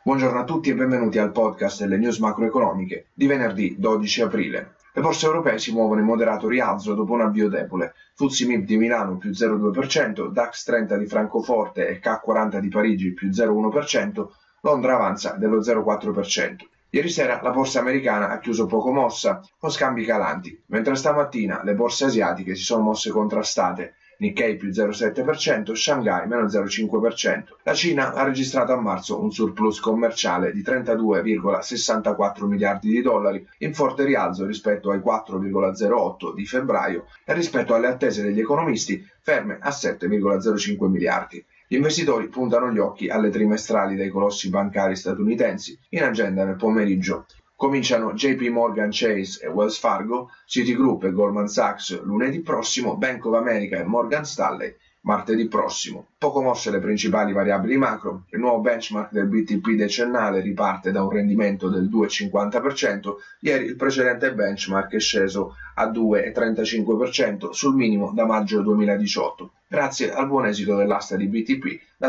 Buongiorno a tutti e benvenuti al podcast delle news macroeconomiche di venerdì 12 aprile. Le borse europee si muovono in moderato rialzo dopo un avvio debole. FTSE MIB di Milano più 0,2%, DAX 30 di Francoforte e CAC 40 di Parigi più 0,1%, Londra avanza dello 0,4%. Ieri sera la borsa americana ha chiuso poco mossa, con scambi calanti, mentre stamattina le borse asiatiche si sono mosse contrastate. Nikkei più 0,7%, Shanghai meno 0,5%. La Cina ha registrato a marzo un surplus commerciale di 32,64 miliardi di dollari, in forte rialzo rispetto ai 4,08 di febbraio e rispetto alle attese degli economisti, ferme a 7,05 miliardi. Gli investitori puntano gli occhi alle trimestrali dei colossi bancari statunitensi, in agenda nel pomeriggio. Cominciano JP Morgan Chase e Wells Fargo, Citigroup e Goldman Sachs lunedì prossimo, Bank of America e Morgan Stanley martedì prossimo. Poco mosse le principali variabili macro, il nuovo benchmark del BTP decennale riparte da un rendimento del 2,50%, ieri il precedente benchmark è sceso a 2,35% sul minimo da maggio 2018, grazie al buon esito dell'asta di BTP da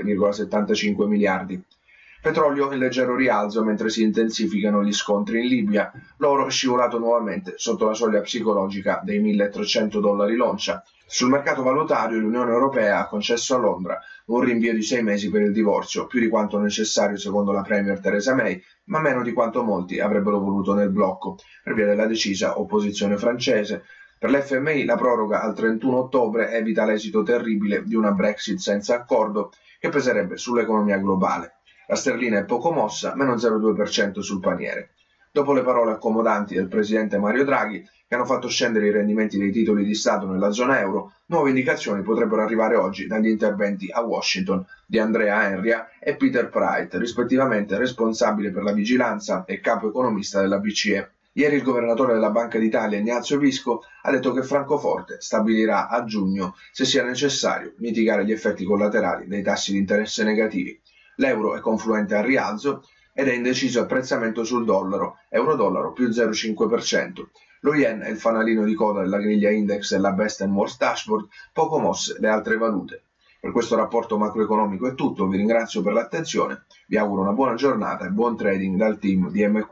7,75 miliardi. Petrolio in leggero rialzo mentre si intensificano gli scontri in Libia, l'oro è scivolato nuovamente sotto la soglia psicologica dei $1.300 l'oncia. Sul mercato valutario l'Unione Europea ha concesso a Londra un rinvio di 6 mesi per il divorzio, più di quanto necessario secondo la Premier Theresa May, ma meno di quanto molti avrebbero voluto nel blocco, per via della decisa opposizione francese. Per l'FMI la proroga al 31 ottobre evita l'esito terribile di una Brexit senza accordo che peserebbe sull'economia globale. La sterlina è poco mossa, meno 0,2% sul paniere. Dopo le parole accomodanti del presidente Mario Draghi, che hanno fatto scendere i rendimenti dei titoli di Stato nella zona euro, nuove indicazioni potrebbero arrivare oggi dagli interventi a Washington di Andrea Enria e Peter Praet, rispettivamente responsabile per la vigilanza e capo economista della BCE. Ieri il governatore della Banca d'Italia, Ignazio Visco, ha detto che Francoforte stabilirà a giugno se sia necessario mitigare gli effetti collaterali dei tassi di interesse negativi. L'euro è confluente al rialzo ed è indeciso apprezzamento sul dollaro, euro-dollaro più 0,5%. Lo yen è il fanalino di coda della griglia index della Best Worst Dashboard, poco mosse le altre valute. Per questo rapporto macroeconomico è tutto, vi ringrazio per l'attenzione, vi auguro una buona giornata e buon trading dal team di MQ.